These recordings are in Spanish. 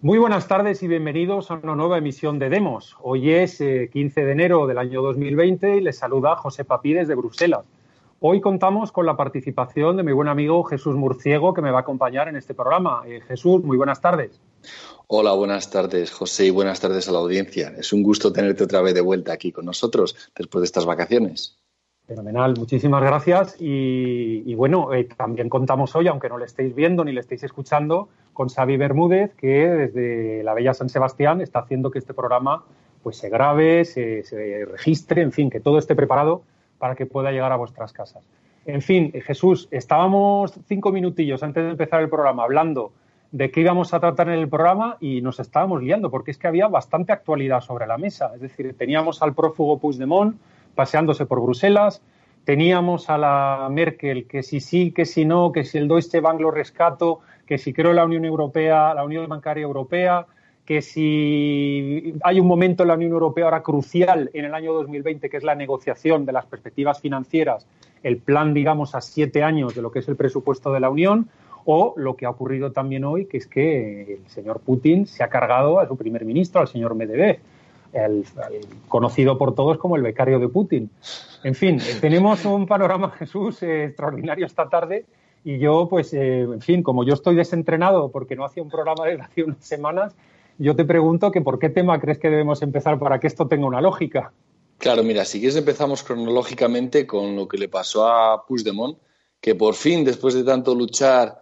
Muy buenas tardes y bienvenidos a una nueva emisión de Demos. Hoy es 15 de enero del año 2020 y les saluda José Papí desde Bruselas. Hoy contamos con la participación de mi buen amigo Jesús Murciego, que me va a acompañar en este programa. Jesús, muy buenas tardes. Hola, buenas tardes, José, y buenas tardes a la audiencia. Es un gusto tenerte otra vez de vuelta aquí con nosotros después de estas vacaciones. Fenomenal, muchísimas gracias. Y bueno, también contamos hoy, aunque no le estéis viendo ni le estéis escuchando, con Xavi Bermúdez, que desde la bella San Sebastián está haciendo que este programa pues se grabe, se registre, en fin, que todo esté preparado para que pueda llegar a vuestras casas. En fin, Jesús, estábamos 5 minutillos antes de empezar el programa hablando de qué íbamos a tratar en el programa y nos estábamos liando, porque es que había bastante actualidad sobre la mesa. Es decir, teníamos al prófugo Puigdemont paseándose por Bruselas, teníamos a la Merkel que si sí, que si no, que si el Deutsche Bank lo rescato, que si creo la Unión Europea, la Unión Bancaria Europea, que si hay un momento en la Unión Europea ahora crucial en el año 2020, que es la negociación de las perspectivas financieras, el plan, digamos, a 7 años de lo que es el presupuesto de la Unión, o lo que ha ocurrido también hoy, que es que el señor Putin se ha cargado a su primer ministro, al señor Medvedev, el conocido por todos como el becario de Putin. En fin, tenemos un panorama, Jesús, extraordinario esta tarde y yo, pues, en fin, como yo estoy desentrenado porque no hacía un programa desde hace unas semanas, yo te pregunto que por qué tema crees que debemos empezar para que esto tenga una lógica. Claro, mira, si quieres empezamos cronológicamente con lo que le pasó a Puigdemont, que por fin, después de tanto luchar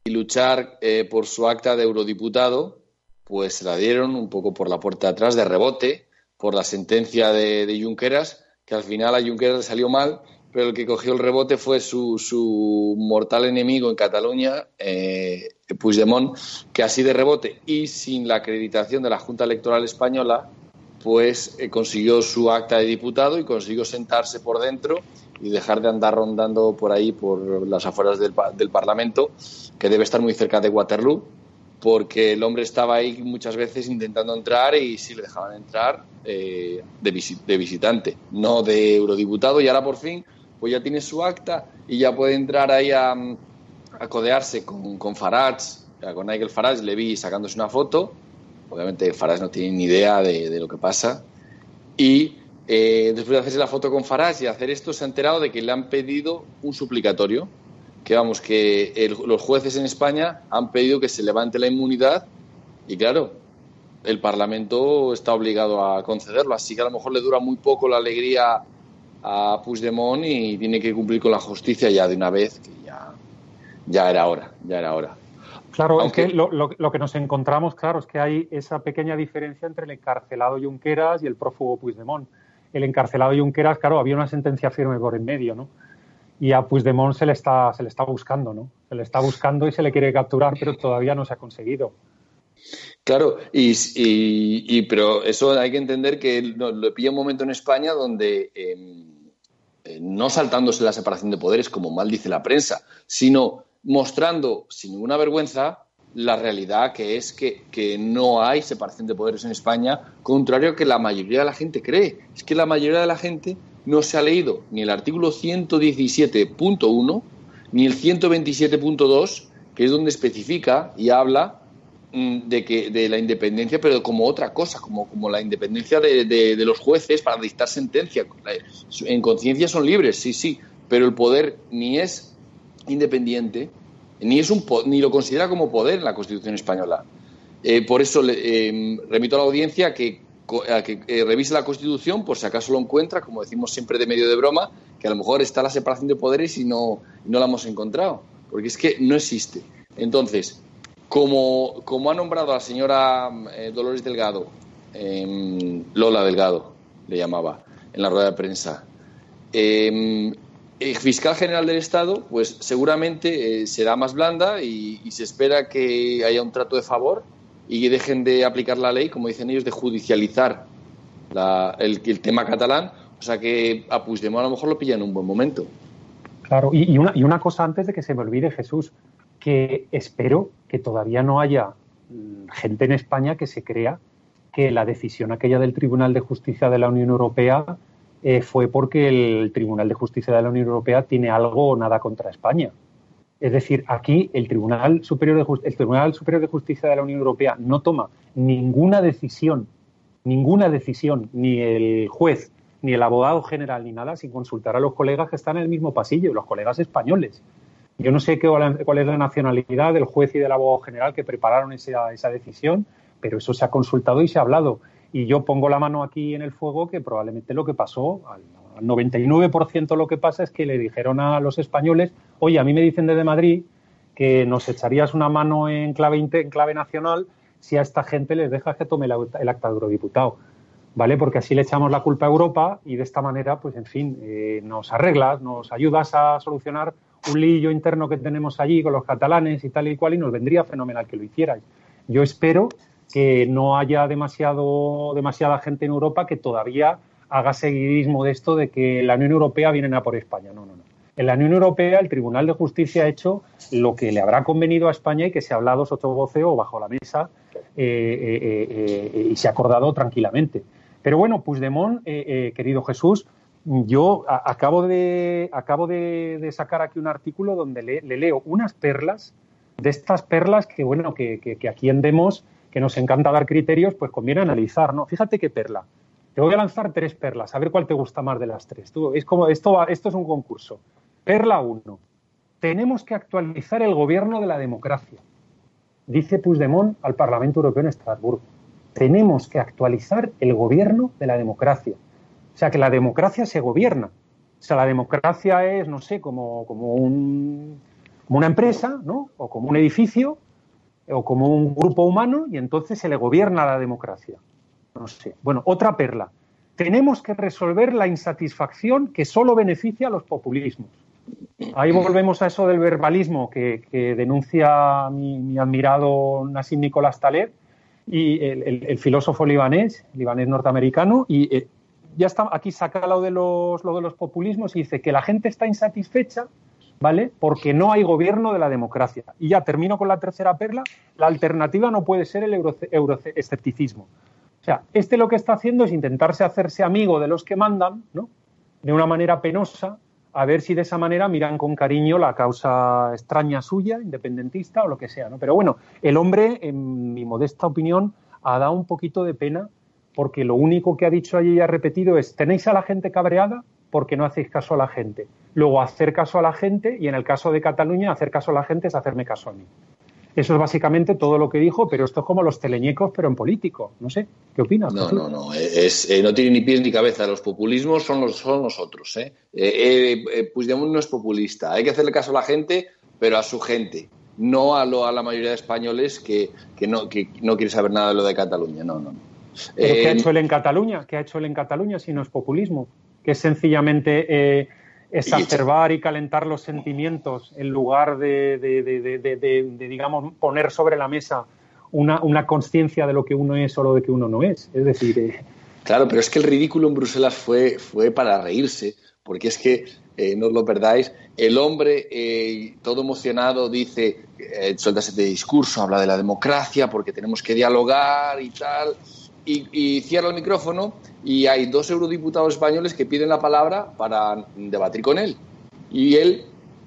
por su acta de eurodiputado, pues se la dieron un poco por la puerta de atrás, de rebote, por la sentencia de Junqueras, que al final a Junqueras le salió mal, pero el que cogió el rebote fue su mortal enemigo en Cataluña, Puigdemont, que así de rebote y sin la acreditación de la Junta Electoral Española, pues consiguió su acta de diputado y consiguió sentarse por dentro y dejar de andar rondando por ahí, por las afueras del Parlamento, que debe estar muy cerca de Waterloo, porque el hombre estaba ahí muchas veces intentando entrar y sí le dejaban entrar de visitante, no de eurodiputado, y ahora por fin pues ya tiene su acta y ya puede entrar ahí a codearse con Farage, con Nigel Farage. Le vi sacándose una foto, obviamente Farage no tiene ni idea de lo que pasa, y después de hacerse la foto con Farage y hacer esto se ha enterado de que le han pedido un suplicatorio, que vamos, que los jueces en España han pedido que se levante la inmunidad y claro, el Parlamento está obligado a concederlo, así que a lo mejor le dura muy poco la alegría a Puigdemont y tiene que cumplir con la justicia ya de una vez, que ya era hora. Claro, aunque es que lo que nos encontramos, claro, es que hay esa pequeña diferencia entre el encarcelado Junqueras y el prófugo Puigdemont. El encarcelado Junqueras, claro, había una sentencia firme por en medio, ¿no? Y a Puigdemont se le está buscando, ¿no? Se le está buscando y se le quiere capturar, pero todavía no se ha conseguido. Claro, pero eso hay que entender que lo pilla un momento en España donde no saltándose la separación de poderes, como mal dice la prensa, sino mostrando sin ninguna vergüenza la realidad, que es que no hay separación de poderes en España, contrario a que la mayoría de la gente cree. Es que la mayoría de la gente no se ha leído ni el artículo 117.1 ni el 127.2, que es donde especifica y habla de la independencia, pero como otra cosa, como la independencia de los jueces para dictar sentencia. En conciencia son libres, sí, pero el poder ni es independiente, ni lo considera como poder en la Constitución española. Por eso remito a la audiencia a que revise la Constitución, por si acaso lo encuentra, como decimos siempre de medio de broma, que a lo mejor está la separación de poderes y no la hemos encontrado, porque es que no existe. Entonces, como ha nombrado a la señora Dolores Delgado, Lola Delgado le llamaba en la rueda de prensa, fiscal general del Estado, pues seguramente será más blanda y se espera que haya un trato de favor y que dejen de aplicar la ley, como dicen ellos, de judicializar el tema catalán. O sea que a Puigdemont a lo mejor lo pilla en un buen momento. Claro, y una cosa antes de que se me olvide, Jesús, que espero que todavía no haya gente en España que se crea que la decisión aquella del Tribunal de Justicia de la Unión Europea fue porque el Tribunal de Justicia de la Unión Europea tiene algo o nada contra España. Es decir, aquí el Tribunal Superior de Justicia de la Unión Europea no toma ninguna decisión, ni el juez, ni el abogado general, ni nada, sin consultar a los colegas que están en el mismo pasillo, los colegas españoles. Yo no sé cuál es la nacionalidad del juez y del abogado general que prepararon esa decisión, pero eso se ha consultado y se ha hablado. Y yo pongo la mano aquí en el fuego que probablemente lo que pasó, al 99% lo que pasa es que le dijeron a los españoles, oye, a mí me dicen desde Madrid que nos echarías una mano en clave nacional si a esta gente les dejas que tome el acta de eurodiputado, ¿vale? Porque así le echamos la culpa a Europa y de esta manera, pues en fin, nos arreglas, nos ayudas a solucionar un lío interno que tenemos allí con los catalanes y tal y cual, y nos vendría fenomenal que lo hicierais. Yo espero que no haya demasiada gente en Europa que todavía haga seguidismo de esto de que la Unión Europea vienen a por España. No. En la Unión Europea el Tribunal de Justicia ha hecho lo que le habrá convenido a España y que se ha hablado sotavoceo o bajo la mesa y se ha acordado tranquilamente. Pero bueno, Puigdemont, querido Jesús, yo acabo de sacar aquí un artículo donde le leo unas perlas, de estas perlas que, bueno, que aquí en Demos, que nos encanta dar criterios, pues conviene analizar, ¿no? Fíjate qué perla. Te voy a lanzar 3 perlas, a ver cuál te gusta más de las 3. Esto es un concurso. Perla 1. Tenemos que actualizar el gobierno de la democracia. Dice Puigdemont al Parlamento Europeo en Estrasburgo. Tenemos que actualizar el gobierno de la democracia. O sea, que la democracia se gobierna. O sea, la democracia es, no sé, como una empresa, ¿no? O como un edificio, o como un grupo humano, y entonces se le gobierna a la democracia. No sé. Bueno, otra perla. Tenemos que resolver la insatisfacción que solo beneficia a los populismos. Ahí volvemos a eso del verbalismo que denuncia mi admirado Nassim Nicolás Taleb y el filósofo libanés norteamericano, y ya está, aquí saca lo de los populismos y dice que la gente está insatisfecha, ¿vale? Porque no hay gobierno de la democracia. Y ya termino con la tercera perla. La alternativa no puede ser el euroescepticismo. O sea, lo que está haciendo es intentarse hacerse amigo de los que mandan, ¿no? De una manera penosa, a ver si de esa manera miran con cariño la causa extraña suya, independentista o lo que sea, ¿no? Pero bueno, el hombre, en mi modesta opinión, ha dado un poquito de pena porque lo único que ha dicho allí y ha repetido es: tenéis a la gente cabreada porque no hacéis caso a la gente. Luego, hacer caso a la gente, y en el caso de Cataluña, hacer caso a la gente es hacerme caso a mí. Eso es básicamente todo lo que dijo, pero esto es como los teleñecos, pero en político. No sé, ¿qué opinas? No. No tiene ni pies ni cabeza. Los populismos son los otros. Puigdemont no es populista. Hay que hacerle caso a la gente, pero a su gente. No a la mayoría de españoles que no quiere saber nada de lo de Cataluña. No. ¿Pero qué ha hecho él en Cataluña? ¿Qué ha hecho él en Cataluña si no es populismo? Que es sencillamente exacerbar y calentar los sentimientos en lugar de digamos, poner sobre la mesa una consciencia de lo que uno es o lo de que uno no es. Es decir... Claro, pero es que el ridículo en Bruselas fue para reírse, porque es que, no os lo perdáis, el hombre todo emocionado dice, suelta ese discurso, habla de la democracia porque tenemos que dialogar y tal, y cierra el micrófono y hay 2 eurodiputados españoles que piden la palabra para debatir con él. Y él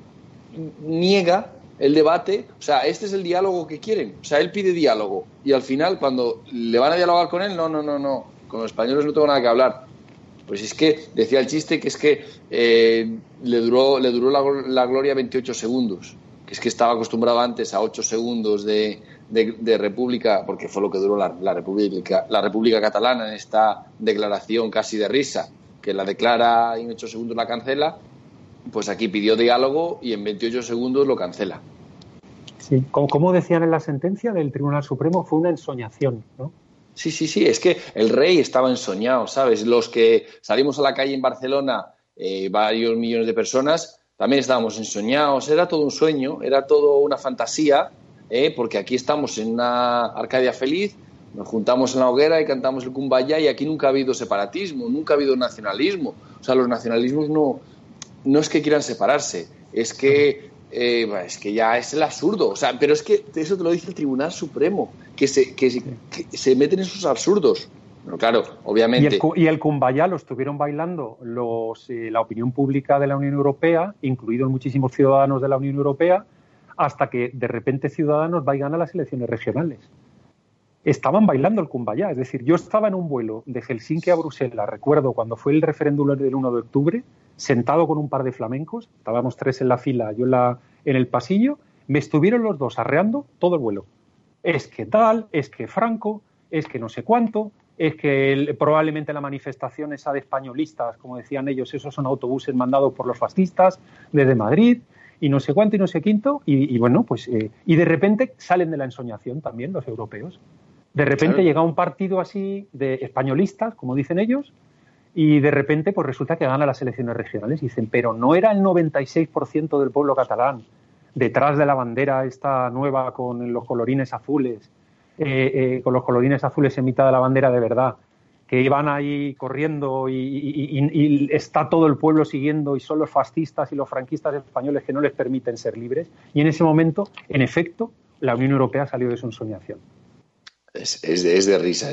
niega el debate. O sea, este es el diálogo que quieren. O sea, él pide diálogo. Y al final, cuando le van a dialogar con él, no. Con los españoles no tengo nada que hablar. Pues es que, decía el chiste, que es que le duró la gloria 28 segundos. Que es que estaba acostumbrado antes a 8 segundos de República, porque fue lo que duró la República Catalana en esta declaración casi de risa, que la declara y en 8 segundos la cancela. Pues aquí pidió diálogo y en 28 segundos lo cancela. Sí, como decían en la sentencia del Tribunal Supremo, fue una ensoñación, ¿no? Sí, es que el rey estaba ensoñado, ¿sabes? Los que salimos a la calle en Barcelona, varios millones de personas, también estábamos ensoñados. Era todo un sueño, era todo una fantasía, porque aquí estamos en una Arcadia feliz, nos juntamos en la hoguera y cantamos el Kumbaya, y aquí nunca ha habido separatismo, nunca ha habido nacionalismo. O sea, los nacionalismos no es que quieran separarse, es que ya es el absurdo. O sea, pero es que eso te lo dice el Tribunal Supremo, que se meten en esos absurdos. Pero claro, obviamente... Y el Kumbaya lo estuvieron bailando la opinión pública de la Unión Europea, incluidos muchísimos ciudadanos de la Unión Europea, hasta que de repente Ciudadanos va y gana las elecciones regionales. Estaban bailando el Kumbaya, es decir, yo estaba en un vuelo de Helsinki a Bruselas, recuerdo cuando fue el referéndum del 1 de octubre, sentado con un par de flamencos, estábamos 3 en la fila, yo en el pasillo, me estuvieron los dos arreando todo el vuelo. Es que tal, es que Franco, es que no sé cuánto, es que probablemente la manifestación esa de españolistas, como decían ellos, esos son autobuses mandados por los fascistas desde Madrid, y no sé cuánto y no sé quinto, y bueno, pues y de repente salen de la ensoñación también los europeos. De repente llega un partido así de españolistas, como dicen ellos, y de repente pues resulta que gana las elecciones regionales. Y dicen, pero no era el 96% del pueblo catalán detrás de la bandera esta nueva con los colorines azules, con los colorines azules en mitad de la bandera de verdad, que iban ahí corriendo y está todo el pueblo siguiendo y son los fascistas y los franquistas españoles que no les permiten ser libres. Y en ese momento, en efecto, la Unión Europea salió de su ensoñación. Es de risa.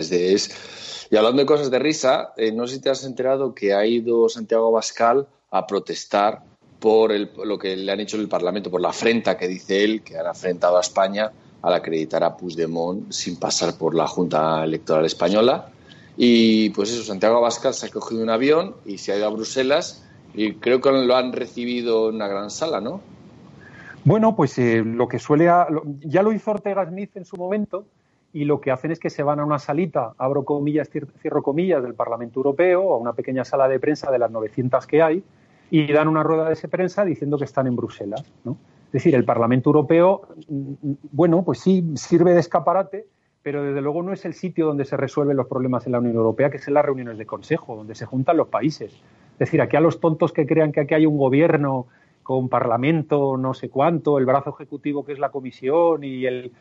Y hablando de cosas de risa, no sé si te has enterado que ha ido Santiago Abascal a protestar por lo que le han hecho en el Parlamento, por la afrenta que dice él, que han afrentado a España al acreditar a Puigdemont sin pasar por la Junta Electoral Española. Y pues eso, Santiago Abascal se ha cogido un avión y se ha ido a Bruselas y creo que lo han recibido en una gran sala, ¿no? Bueno, pues lo que ya lo hizo Ortega Smith en su momento, y lo que hacen es que se van a una salita, abro comillas, cierro comillas, del Parlamento Europeo, o a una pequeña sala de prensa de las 900 que hay, y dan una rueda de prensa diciendo que están en Bruselas, ¿no? Es decir, el Parlamento Europeo, bueno, pues sí, sirve de escaparate, pero desde luego no es el sitio donde se resuelven los problemas en la Unión Europea, que es en las reuniones de Consejo, donde se juntan los países. Es decir, aquí a los tontos que crean que aquí hay un gobierno con Parlamento, no sé cuánto, el brazo ejecutivo que es la Comisión y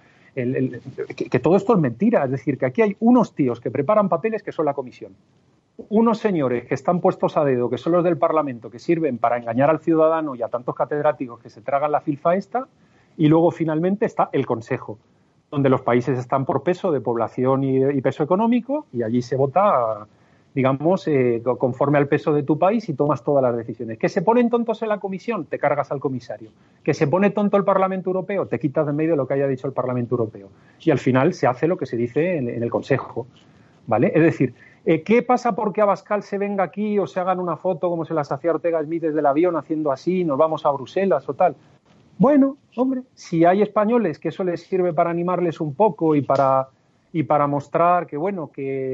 que todo esto es mentira. Es decir, que aquí hay unos tíos que preparan papeles que son la Comisión. Unos señores que están puestos a dedo, que son los del Parlamento, que sirven para engañar al ciudadano y a tantos catedráticos que se tragan la filfa esta, y luego finalmente está el Consejo, donde los países están por peso de población y peso económico, y allí se vota, digamos, conforme al peso de tu país y tomas todas las decisiones. Que se ponen tontos en la Comisión, te cargas al comisario. Que se pone tonto el Parlamento Europeo, te quitas de en medio lo que haya dicho el Parlamento Europeo. Y al final se hace lo que se dice en el Consejo, ¿vale? Es decir, ¿qué pasa porque Abascal se venga aquí o se hagan una foto como se las hacía Ortega Smith desde el avión haciendo así, nos vamos a Bruselas o tal? Bueno, hombre, si hay españoles que eso les sirve para animarles un poco y para mostrar que, bueno,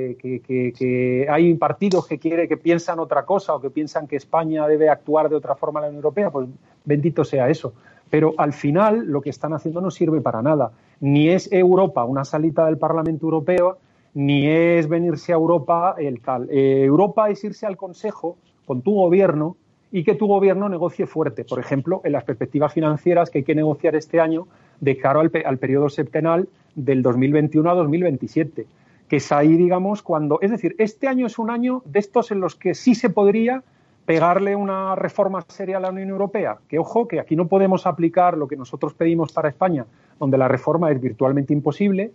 que hay partidos que piensan otra cosa o que piensan que España debe actuar de otra forma en la Unión Europea, pues bendito sea eso. Pero al final lo que están haciendo no sirve para nada. Ni es Europa una salita del Parlamento Europeo, ni es venirse a Europa el tal. Europa es irse al Consejo con tu gobierno y que tu gobierno negocie fuerte. Por ejemplo, en las perspectivas financieras que hay que negociar este año de cara al periodo septenal del 2021 a 2027, que es ahí, digamos, cuando... Es decir, este año es un año de estos en los que sí se podría pegarle una reforma seria a la Unión Europea. Que, ojo, que aquí no podemos aplicar lo que nosotros pedimos para España, donde la reforma es virtualmente imposible,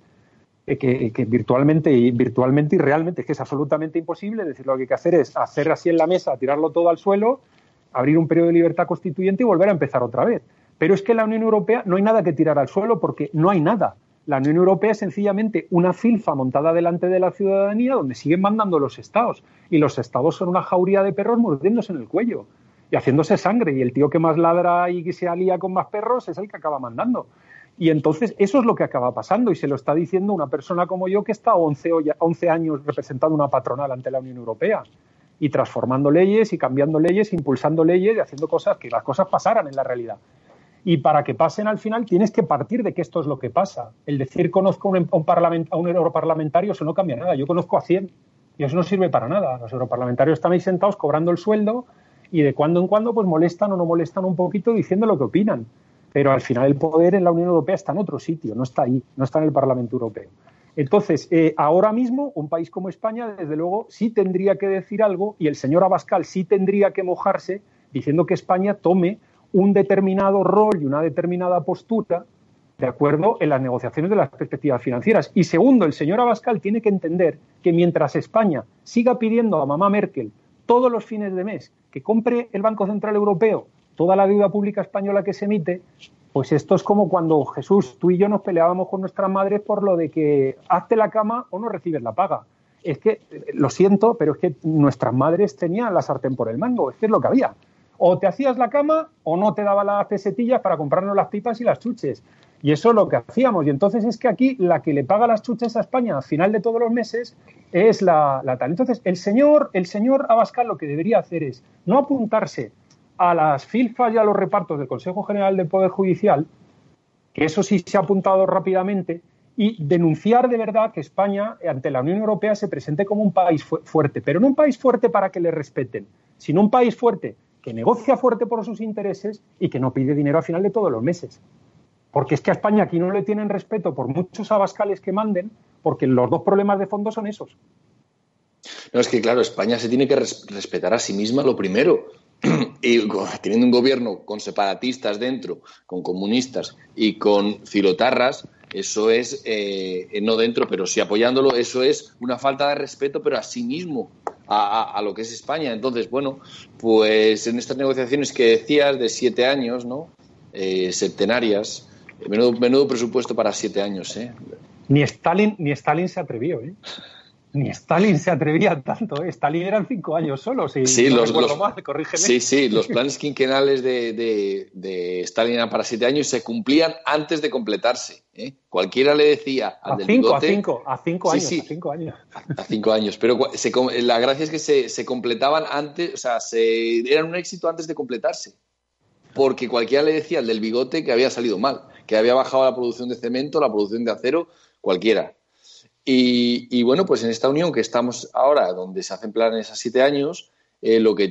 que virtualmente y realmente es que es absolutamente imposible. Es decir, lo que hay que hacer es hacer así en la mesa, tirarlo todo al suelo, abrir un periodo de libertad constituyente y volver a empezar otra vez. Pero es que en la Unión Europea no hay nada que tirar al suelo porque no hay nada. La Unión Europea es sencillamente una filfa montada delante de la ciudadanía donde siguen mandando los estados. Y los estados son una jauría de perros mordiéndose en el cuello y haciéndose sangre. Y el tío que más ladra y que se alía con más perros es el que acaba mandando. Y entonces eso es lo que acaba pasando y se lo está diciendo una persona como yo que está 11 años representando una patronal ante la Unión Europea y transformando leyes y cambiando leyes, impulsando leyes y haciendo cosas que las cosas pasaran en la realidad. Y para que pasen al final tienes que partir de que esto es lo que pasa. El decir conozco a un europarlamentario, eso no cambia nada. Yo conozco a 100 y eso no sirve para nada. Los europarlamentarios están ahí sentados cobrando el sueldo y de cuando en cuando pues molestan o no molestan un poquito diciendo lo que opinan. Pero al final el poder en la Unión Europea está en otro sitio, no está ahí, no está en el Parlamento Europeo. Entonces, ahora mismo, un país como España, desde luego, sí tendría que decir algo y el señor Abascal sí tendría que mojarse diciendo que España tome un determinado rol y una determinada postura de acuerdo en las negociaciones de las perspectivas financieras. Y segundo, el señor Abascal tiene que entender que mientras España siga pidiendo a mamá Merkel todos los fines de mes que compre el Banco Central Europeo toda la deuda pública española que se emite, Pues esto es como cuando Jesús, tú y yo nos peleábamos con nuestras madres por lo de que hazte la cama o no recibes la paga. Es que, lo siento, pero es que nuestras madres tenían la sartén por el mango, es que es lo que había. O te hacías la cama o no te daba las pesetillas para comprarnos las pipas y las chuches. Y eso es lo que hacíamos. Y entonces es que aquí la que le paga las chuches a España al final de todos los meses es la tal. Entonces el señor Abascal lo que debería hacer es no apuntarse a las filfas y a los repartos del Consejo General del Poder Judicial, que eso sí se ha apuntado rápidamente, y denunciar de verdad que España ante la Unión Europea se presente como un país fuerte, pero no un país fuerte para que le respeten, sino un país fuerte que negocia fuerte por sus intereses y que no pide dinero al final de todos los meses. Porque es que a España aquí no le tienen respeto por muchos abascales que manden, porque los dos problemas de fondo son esos. No, es que claro, España se tiene que respetar a sí misma lo primero. Y teniendo un gobierno con separatistas dentro, con comunistas y con filotarras, eso es, no dentro, pero sí apoyándolo, eso es una falta de respeto, pero a sí mismo, a lo que es España. Entonces, bueno, pues en estas negociaciones que decías de 7 años, ¿no? Septenarias, menudo presupuesto para 7 años, ¿eh? Ni Stalin se atrevió, ¿eh? Ni Stalin se atrevía tanto, ¿eh? Stalin eran 5 años solo, si sí, no recuerdo mal, corrígeme. Sí, los planes quinquenales de Stalin eran para 7 años y se cumplían antes de completarse, ¿eh? Cualquiera le decía al del bigote... A 5 años, sí, a 5 años. A 5 años, pero la gracia es que se completaban antes, o sea, eran un éxito antes de completarse, porque cualquiera le decía al del bigote que había salido mal, que había bajado la producción de cemento, la producción de acero, cualquiera. Y bueno, pues en esta unión que estamos ahora, donde se hacen planes a 7 años, lo que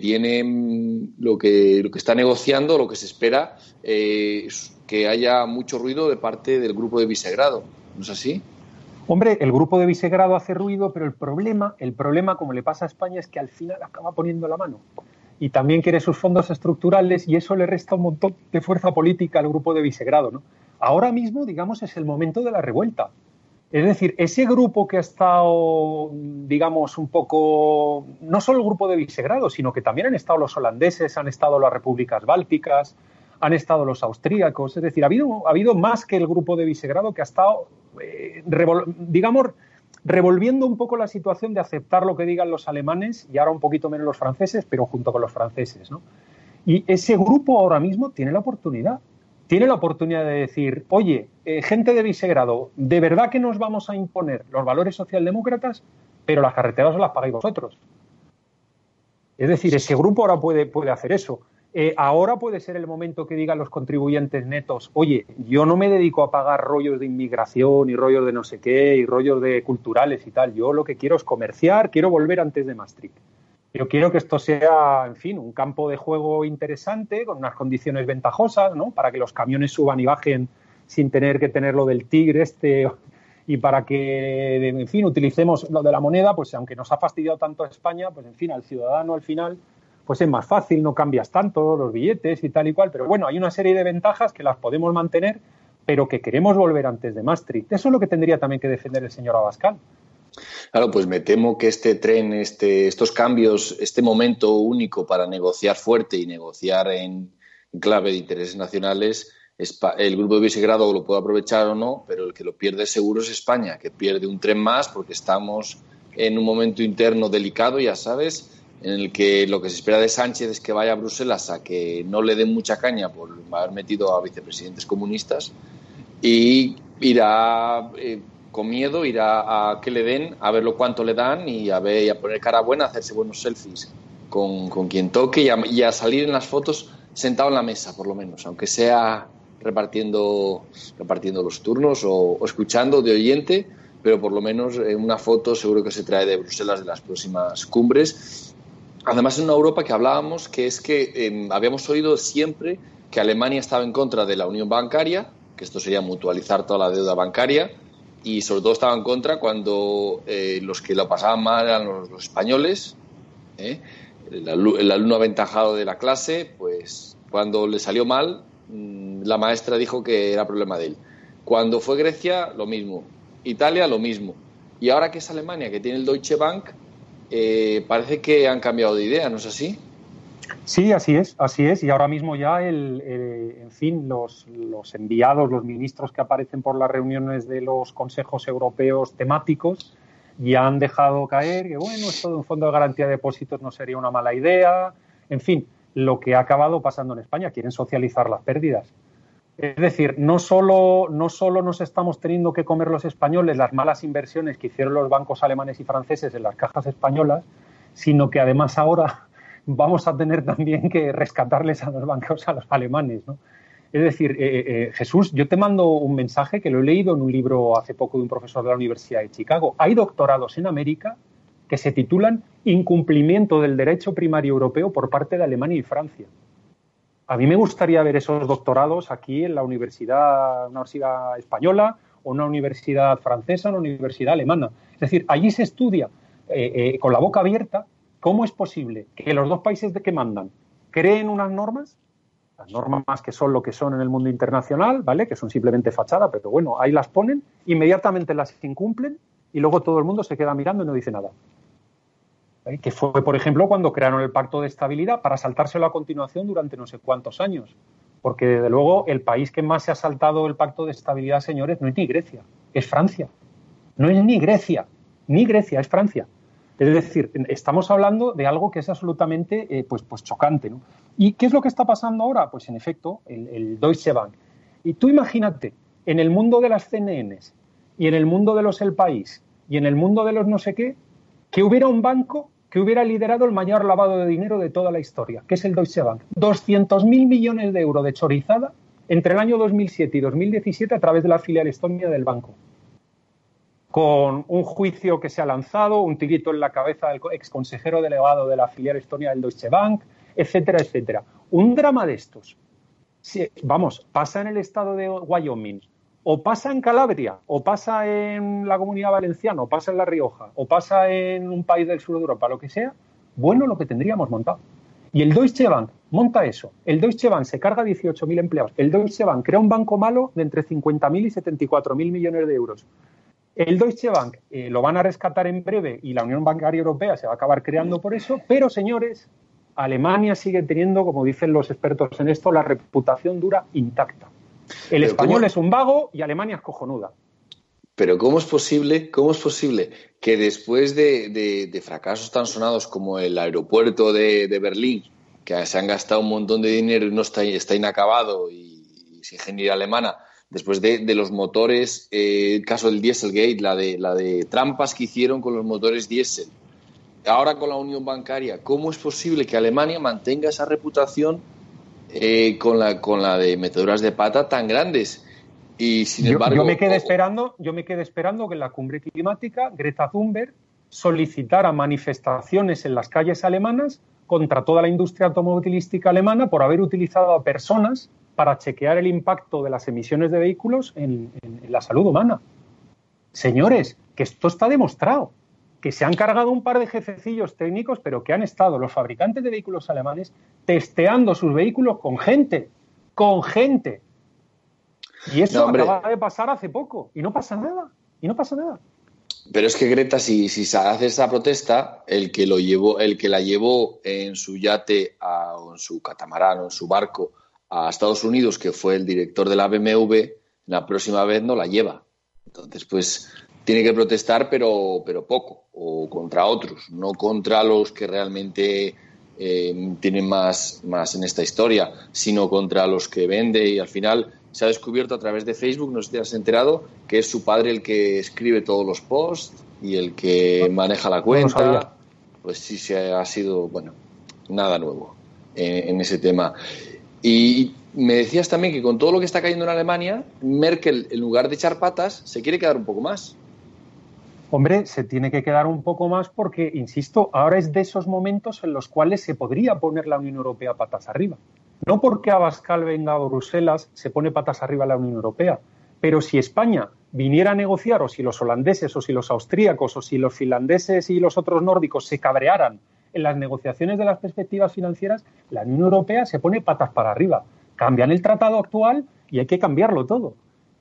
está negociando, lo que se espera, es que haya mucho ruido de parte del Grupo de Visegrado, ¿no es así? Hombre, el Grupo de Visegrado hace ruido, pero el problema, como le pasa a España, es que al final acaba poniendo la mano. Y también quiere sus fondos estructurales y eso le resta un montón de fuerza política al Grupo de Visegrado, ¿no? Ahora mismo, digamos, es el momento de la revuelta. Es decir, ese grupo que ha estado, digamos, un poco, no solo el Grupo de Visegrado, sino que también han estado los holandeses, han estado las repúblicas bálticas, han estado los austríacos, es decir, ha habido más que el Grupo de Visegrado que ha estado, revolviendo un poco la situación de aceptar lo que digan los alemanes y ahora un poquito menos los franceses, pero junto con los franceses, ¿no? Y ese grupo ahora mismo tiene la oportunidad de decir, oye, gente de Visegrado, de verdad que nos vamos a imponer los valores socialdemócratas, pero las carreteras os las pagáis vosotros. Es decir, ese grupo ahora puede hacer eso. Ahora puede ser el momento que digan los contribuyentes netos, oye, yo no me dedico a pagar rollos de inmigración y rollos de no sé qué y rollos de culturales y tal. Yo lo que quiero es comerciar, quiero volver antes de Maastricht. Yo quiero que esto sea, en fin, un campo de juego interesante, con unas condiciones ventajosas, ¿no? Para que los camiones suban y bajen sin tener que tener lo del tigre y para que, en fin, utilicemos lo de la moneda, pues aunque nos ha fastidiado tanto a España, pues en fin, al ciudadano al final, pues es más fácil, no cambias tanto los billetes y tal y cual. Pero bueno, hay una serie de ventajas que las podemos mantener, pero que queremos volver antes de Maastricht. Eso es lo que tendría también que defender el señor Abascal. Claro, pues me temo que este tren, estos cambios, este momento único para negociar fuerte y negociar en clave de intereses nacionales, el Grupo de Visegrado lo puede aprovechar o no, pero el que lo pierde seguro es España, que pierde un tren más porque estamos en un momento interno delicado, ya sabes, en el que lo que se espera de Sánchez es que vaya a Bruselas a que no le den mucha caña por haber metido a vicepresidentes comunistas y irá... con miedo, irá a que le den, a ver cuánto le dan y a poner cara buena, a hacerse buenos selfies con quien toque y a salir en las fotos sentado en la mesa, por lo menos, aunque sea repartiendo los turnos o escuchando de oyente, pero por lo menos una foto seguro que se trae de Bruselas de las próximas cumbres. Además, en una Europa que hablábamos, que es que habíamos oído siempre que Alemania estaba en contra de la unión bancaria, que esto sería mutualizar toda la deuda bancaria, y sobre todo estaba en contra cuando los que lo pasaban mal eran los españoles, el alumno aventajado de la clase, pues cuando le salió mal, la maestra dijo que era problema de él. Cuando fue Grecia, lo mismo. Italia, lo mismo. Y ahora que es Alemania, que tiene el Deutsche Bank, parece que han cambiado de idea, ¿no es así? Sí, así es. Y ahora mismo ya, en fin, los enviados, los ministros que aparecen por las reuniones de los consejos europeos temáticos ya han dejado caer que, bueno, esto de un fondo de garantía de depósitos no sería una mala idea. En fin, lo que ha acabado pasando en España, quieren socializar las pérdidas. Es decir, no solo nos estamos teniendo que comer los españoles las malas inversiones que hicieron los bancos alemanes y franceses en las cajas españolas, sino que además ahora vamos a tener también que rescatarles a los bancos, a los alemanes, ¿no? Es decir, Jesús, yo te mando un mensaje que lo he leído en un libro hace poco de un profesor de la Universidad de Chicago. Hay doctorados en América que se titulan Incumplimiento del derecho primario europeo por parte de Alemania y Francia. A mí me gustaría ver esos doctorados aquí en una universidad española o una universidad francesa, una universidad alemana. Es decir, allí se estudia con la boca abierta cómo es posible que los dos países que mandan creen unas normas, las normas que son lo que son en el mundo internacional, ¿vale? Que son simplemente fachada, pero bueno, ahí las ponen, inmediatamente las incumplen y luego todo el mundo se queda mirando y no dice nada. Que fue, por ejemplo, cuando crearon el Pacto de Estabilidad para saltárselo a continuación durante no sé cuántos años. Porque, desde luego, el país que más se ha saltado el Pacto de Estabilidad, señores, no es ni Grecia, es Francia. No es ni Grecia, es Francia. Es decir, estamos hablando de algo que es absolutamente pues chocante, ¿no? ¿Y qué es lo que está pasando ahora? Pues, en efecto, el Deutsche Bank. Y tú imagínate, en el mundo de las CNNs y en el mundo de los El País y en el mundo de los no sé qué, que hubiera un banco que hubiera liderado el mayor lavado de dinero de toda la historia, que es el Deutsche Bank. 200.000 millones de euros de chorizada entre el año 2007 y 2017 a través de la filial estonia del banco. Con un juicio que se ha lanzado, un tirito en la cabeza del exconsejero delegado de la filial estonia del Deutsche Bank, etcétera, etcétera. Un drama de estos. Si, vamos, pasa en el estado de Wyoming, o pasa en Calabria, o pasa en la Comunidad Valenciana, o pasa en La Rioja, o pasa en un país del sur de Europa, lo que sea, bueno, lo que tendríamos montado. Y el Deutsche Bank monta eso. El Deutsche Bank se carga 18.000 empleados. El Deutsche Bank crea un banco malo de entre 50.000 y 74.000 millones de euros. El Deutsche Bank lo van a rescatar en breve y la Unión Bancaria Europea se va a acabar creando por eso, pero, señores, Alemania sigue teniendo, como dicen los expertos en esto, la reputación dura intacta. El español es un vago y Alemania es cojonuda. Pero ¿cómo es posible que después de fracasos tan sonados como el aeropuerto de Berlín, que se han gastado un montón de dinero y no está inacabado y es ingeniería alemana, después de los motores, el caso del Dieselgate, la de trampas que hicieron con los motores diésel, ahora con la unión bancaria, ¿cómo es posible que Alemania mantenga esa reputación con la de meteduras de pata tan grandes? Y sin embargo, yo me quedé esperando que en la cumbre climática Greta Thunberg solicitara manifestaciones en las calles alemanas contra toda la industria automovilística alemana por haber utilizado a personas para chequear el impacto de las emisiones de vehículos en la salud humana. Señores, que esto está demostrado, que se han cargado un par de jefecillos técnicos, pero que han estado los fabricantes de vehículos alemanes testeando sus vehículos con gente. Y eso acaba de pasar hace poco y no pasa nada. Pero es que Greta, si se hace esa protesta, el que la llevó en su yate o en su catamarán o en su barco a Estados Unidos, que fue el director de la BMW, la próxima vez no la lleva. Entonces, pues tiene que protestar, pero poco, o contra otros, no contra los que realmente tienen más en esta historia, sino contra los que vende. Y al final se ha descubierto a través de Facebook, no sé si te has enterado, que es su padre el que escribe todos los posts y el que maneja la cuenta. No pues sí, se ha sido, bueno, nada nuevo en ese tema. Y me decías también que con todo lo que está cayendo en Alemania, Merkel, en lugar de echar patas, se quiere quedar un poco más. Hombre, se tiene que quedar un poco más porque, insisto, ahora es de esos momentos en los cuales se podría poner la Unión Europea patas arriba. No porque Abascal venga a Bruselas se pone patas arriba la Unión Europea, pero si España viniera a negociar, o si los holandeses, o si los austríacos, o si los finlandeses y los otros nórdicos se cabrearan en las negociaciones de las perspectivas financieras, la Unión Europea se pone patas para arriba. Cambian el tratado actual y hay que cambiarlo todo.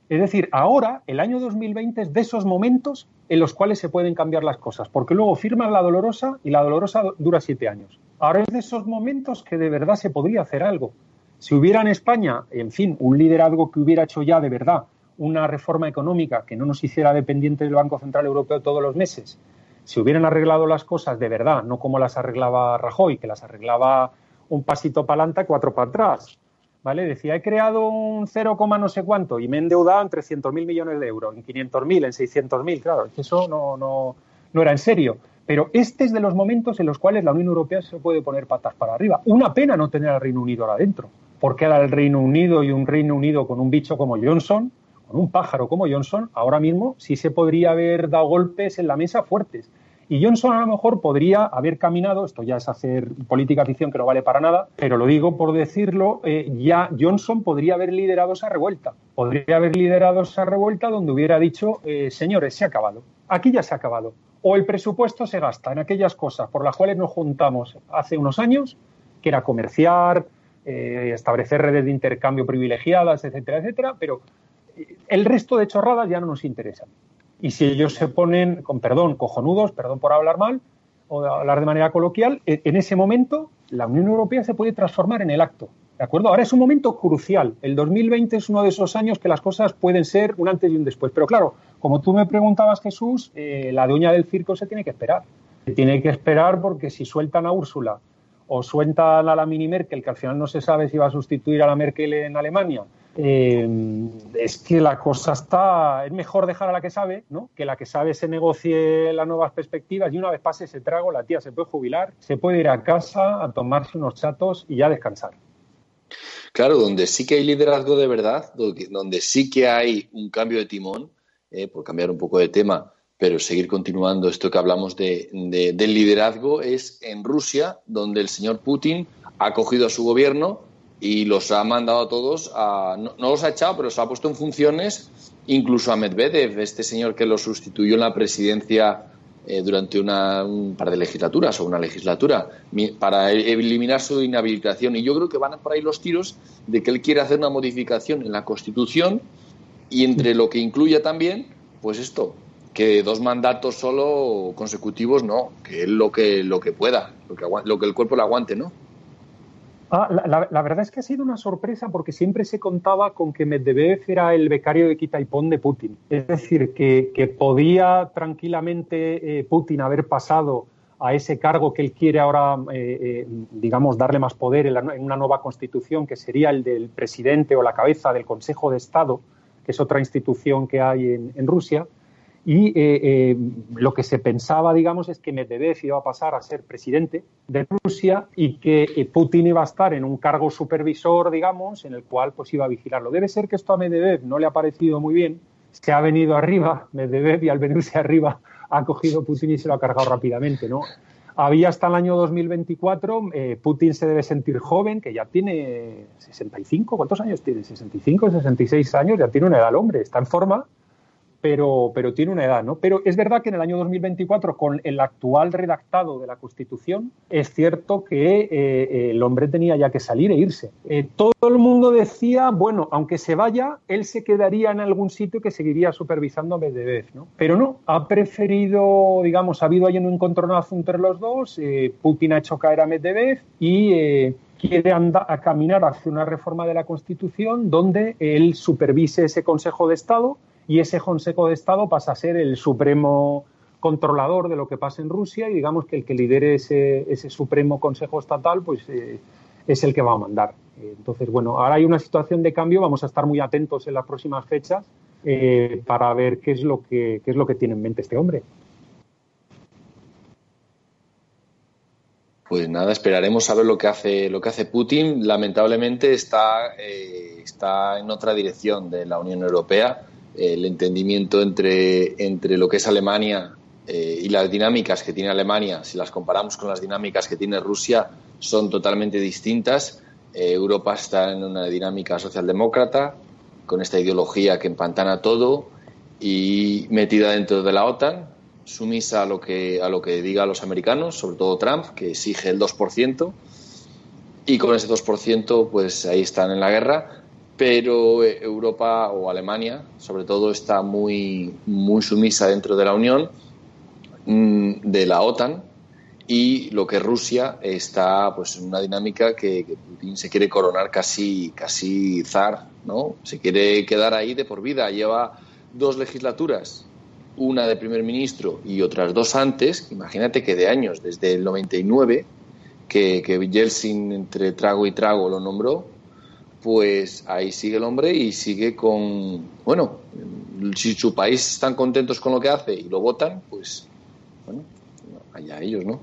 Es decir, ahora, el año 2020 es de esos momentos en los cuales se pueden cambiar las cosas, porque luego firman la dolorosa y la dolorosa dura 7 años. Ahora es de esos momentos que de verdad se podría hacer algo. Si hubiera en España, en fin, un liderazgo que hubiera hecho ya de verdad una reforma económica que no nos hiciera dependientes del Banco Central Europeo todos los meses, si hubieran arreglado las cosas de verdad, no como las arreglaba Rajoy, que las arreglaba un pasito para adelante y 4 para atrás, ¿vale? Decía, he creado un 0, no sé cuánto y me he endeudado en 300.000 millones de euros, en 500.000, en 600.000, claro, eso no era en serio. Pero este es de los momentos en los cuales la Unión Europea se puede poner patas para arriba. Una pena no tener al Reino Unido ahora dentro, porque ahora el Reino Unido y un Reino Unido con un bicho como Johnson, con un pájaro como Johnson, ahora mismo sí se podría haber dado golpes en la mesa fuertes. Y Johnson a lo mejor podría haber caminado, esto ya es hacer política ficción que no vale para nada, pero lo digo por decirlo, ya Johnson podría haber liderado esa revuelta. Podría haber liderado esa revuelta donde hubiera dicho, señores, se ha acabado. Aquí ya se ha acabado. O el presupuesto se gasta en aquellas cosas por las cuales nos juntamos hace unos años, que era comerciar, establecer redes de intercambio privilegiadas, etcétera, etcétera, pero el resto de chorradas ya no nos interesan. Y si ellos se ponen, con perdón, cojonudos, perdón por hablar mal, o hablar de manera coloquial, en ese momento la Unión Europea se puede transformar en el acto, ¿de acuerdo? Ahora es un momento crucial. El 2020 es uno de esos años que las cosas pueden ser un antes y un después. Pero claro, como tú me preguntabas, Jesús, la dueña del circo se tiene que esperar. Se tiene que esperar porque si sueltan a Úrsula o sueltan a la mini Merkel, que al final no se sabe si va a sustituir a la Merkel en Alemania, es que la cosa es mejor dejar a la que sabe, ¿no? Que la que sabe se negocie las nuevas perspectivas y una vez pase ese trago, la tía se puede jubilar, se puede ir a casa a tomarse unos chatos y ya descansar. Claro, donde sí que hay liderazgo de verdad, donde sí que hay un cambio de timón, por cambiar un poco de tema, pero seguir continuando esto que hablamos del liderazgo, es en Rusia, donde el señor Putin ha cogido a su gobierno y los ha mandado a todos, no los ha echado, pero los ha puesto en funciones, incluso a Medvedev, este señor que lo sustituyó en la presidencia durante un par de legislaturas o una legislatura, para eliminar su inhabilitación. Y yo creo que van por ahí los tiros de que él quiere hacer una modificación en la Constitución y entre lo que incluya también, pues esto, que 2 mandatos solo consecutivos no, que él lo que pueda, lo que el cuerpo le aguante, ¿no? La verdad es que ha sido una sorpresa porque siempre se contaba con que Medvedev era el becario de quita y pon de Putin. Es decir, que podía tranquilamente Putin haber pasado a ese cargo que él quiere ahora, digamos, darle más poder en una nueva constitución, que sería el del presidente o la cabeza del Consejo de Estado, que es otra institución que hay en Rusia. Y lo que se pensaba, digamos, es que Medvedev iba a pasar a ser presidente de Rusia y que Putin iba a estar en un cargo supervisor, digamos, en el cual pues iba a vigilarlo. Debe ser que esto a Medvedev no le ha parecido muy bien, se ha venido arriba Medvedev y al venirse arriba ha cogido Putin y se lo ha cargado rápidamente, ¿no? Había hasta el año 2024, Putin se debe sentir joven, que ya tiene 65, ¿cuántos años tiene? 65, 66 años, ya tiene una edad el hombre, está en forma. Pero tiene una edad, ¿no? Pero es verdad que en el año 2024, con el actual redactado de la Constitución, es cierto que el hombre tenía ya que salir e irse. Todo el mundo decía, bueno, aunque se vaya, él se quedaría en algún sitio que seguiría supervisando a Medvedev, ¿no? Pero no, ha preferido, digamos, ha habido ahí un encontronazo entre los dos, Putin ha hecho caer a Medvedev y quiere a caminar hacia una reforma de la Constitución donde él supervise ese Consejo de Estado y ese Consejo de Estado pasa a ser el supremo controlador de lo que pasa en Rusia y digamos que el que lidere ese supremo Consejo Estatal pues es el que va a mandar. Entonces, bueno, ahora hay una situación de cambio, vamos a estar muy atentos en las próximas fechas para ver qué es lo que tiene en mente este hombre. Pues nada, esperaremos a ver lo que hace Putin. Lamentablemente está en otra dirección de la Unión Europea. El entendimiento entre lo que es Alemania y las dinámicas que tiene Alemania, si las comparamos con las dinámicas que tiene Rusia, son totalmente distintas. Europa está en una dinámica socialdemócrata, con esta ideología que empantana todo y metida dentro de la OTAN, sumisa a lo que digan los americanos, sobre todo Trump, que exige el 2%, y con ese 2% pues ahí están en la guerra. pero Europa o Alemania, sobre todo, está muy, muy sumisa dentro de la Unión, de la OTAN, y lo que es Rusia está pues en una dinámica que Putin se quiere coronar casi zar, ¿no? Se quiere quedar ahí de por vida. Lleva 2 legislaturas, una de primer ministro y otras 2 antes. Imagínate que de años, desde el 99, que Yeltsin entre trago y trago lo nombró, pues ahí sigue el hombre y sigue con... Bueno, si su país están contentos con lo que hace y lo votan, pues bueno, allá ellos, ¿no?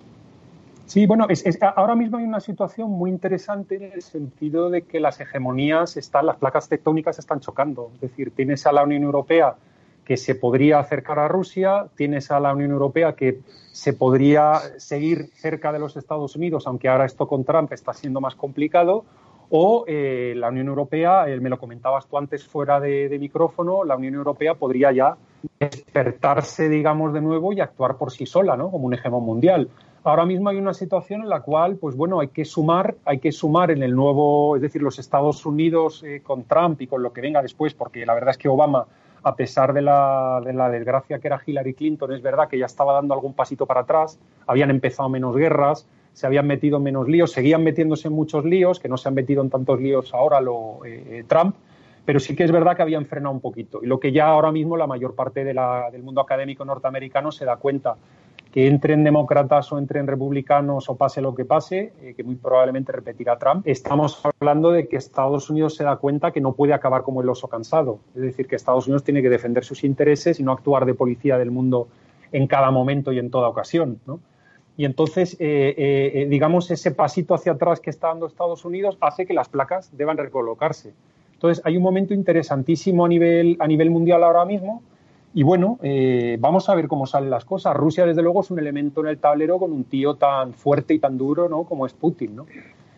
Sí, bueno, ahora mismo hay una situación muy interesante en el sentido de que las hegemonías las placas tectónicas están chocando. Es decir, tienes a la Unión Europea que se podría acercar a Rusia, tienes a la Unión Europea que se podría seguir cerca de los Estados Unidos, aunque ahora esto con Trump está siendo más complicado, o la Unión Europea, me lo comentabas tú antes fuera de micrófono, la Unión Europea podría ya despertarse, digamos, de nuevo y actuar por sí sola, ¿no? Como un hegemón mundial. Ahora mismo hay una situación en la cual, pues bueno, hay que sumar en el nuevo, es decir, los Estados Unidos con Trump y con lo que venga después, porque la verdad es que Obama, a pesar de la desgracia que era Hillary Clinton, es verdad que ya estaba dando algún pasito para atrás, habían empezado menos guerras, se habían metido en menos líos, seguían metiéndose en muchos líos, que no se han metido en tantos líos ahora Trump, pero sí que es verdad que habían frenado un poquito. Y lo que ya ahora mismo la mayor parte del mundo académico norteamericano se da cuenta, que entren demócratas o entren republicanos o pase lo que pase, que muy probablemente repetirá Trump, estamos hablando de que Estados Unidos se da cuenta que no puede acabar como el oso cansado. Es decir, que Estados Unidos tiene que defender sus intereses y no actuar de policía del mundo en cada momento y en toda ocasión, ¿no? Y entonces, digamos, ese pasito hacia atrás que está dando Estados Unidos hace que las placas deban recolocarse. Entonces, hay un momento interesantísimo a nivel mundial ahora mismo. Y bueno, vamos a ver cómo salen las cosas. Rusia, desde luego, es un elemento en el tablero con un tío tan fuerte y tan duro, ¿no?, como es Putin, ¿no?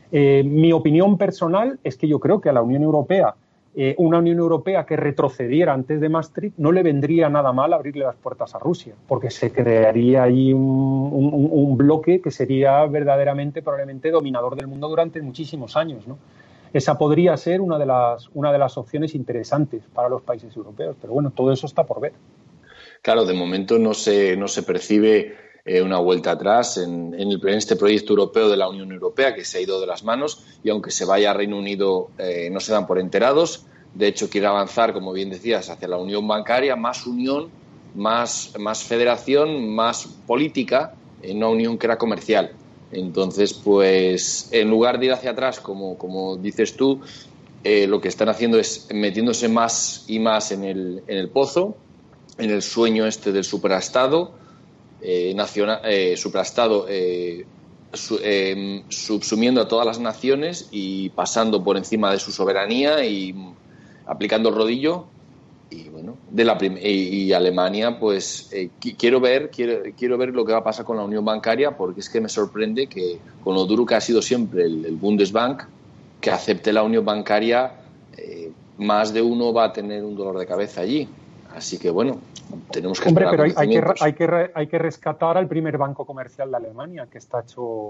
Mi opinión personal es que yo creo que a la Unión Europea, una Unión Europea que retrocediera antes de Maastricht, no le vendría nada mal abrirle las puertas a Rusia, porque se crearía ahí un bloque que sería verdaderamente, probablemente, dominador del mundo durante muchísimos años, ¿no? Esa podría ser una de las opciones interesantes para los países europeos, pero bueno, todo eso está por ver. Claro, de momento no se percibe una vuelta atrás en este proyecto europeo de la Unión Europea, que se ha ido de las manos, y aunque se vaya a Reino Unido no se dan por enterados. De hecho, quiere avanzar, como bien decías, hacia la unión bancaria, más unión, más federación, más política, en una unión que era comercial. Entonces, pues, en lugar de ir hacia atrás, como dices tú, lo que están haciendo es metiéndose más y más en el pozo, en el sueño este del superestado nacional, superestado subsumiendo a todas las naciones y pasando por encima de su soberanía y aplicando el rodillo. Y bueno, y Alemania, pues quiero ver lo que va a pasar con la unión bancaria, porque es que me sorprende que, con lo duro que ha sido siempre el Bundesbank, que acepte la unión bancaria, más de uno va a tener un dolor de cabeza allí. Así que bueno, tenemos que esperar. Hombre, pero hay que rescatar al primer banco comercial de Alemania, que está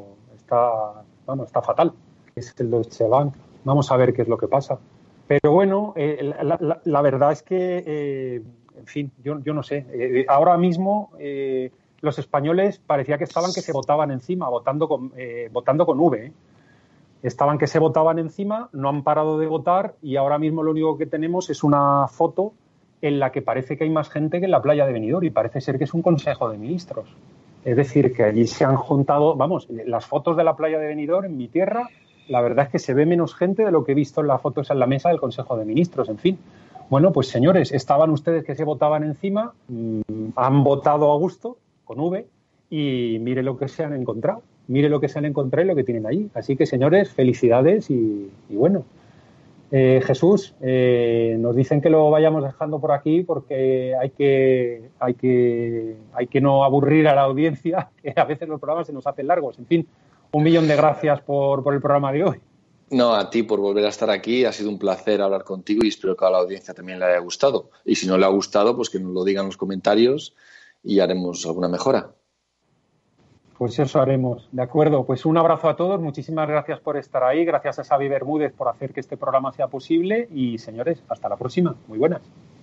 fatal, que es el Deutsche Bank. Vamos a ver qué es lo que pasa. Pero bueno, la verdad es que, en fin, yo no sé. Ahora mismo los españoles parecía que estaban que se votaban encima, votando con V. Estaban que se votaban encima, no han parado de votar y ahora mismo lo único que tenemos es una foto en la que parece que hay más gente que en la playa de Benidorm y parece ser que es un consejo de ministros. Es decir, que allí se han juntado, vamos, las fotos de la playa de Benidorm en mi tierra, la verdad es que se ve menos gente de lo que he visto en las fotos en la mesa del Consejo de Ministros, en fin. Bueno, pues señores, estaban ustedes que se votaban encima, han votado a gusto, con V, y mire lo que se han encontrado. Mire lo que se han encontrado y lo que tienen allí. Así que, señores, felicidades y bueno. Jesús, nos dicen que lo vayamos dejando por aquí porque hay que no aburrir a la audiencia, que a veces los programas se nos hacen largos. En fin, 1.000.000 de gracias por el programa de hoy. No, a ti por volver a estar aquí. Ha sido un placer hablar contigo y espero que a la audiencia también le haya gustado. Y si no le ha gustado, pues que nos lo digan en los comentarios y haremos alguna mejora. Pues eso haremos, de acuerdo. Pues un abrazo a todos, muchísimas gracias por estar ahí, gracias a Xavi Bermúdez por hacer que este programa sea posible y, señores, hasta la próxima. Muy buenas.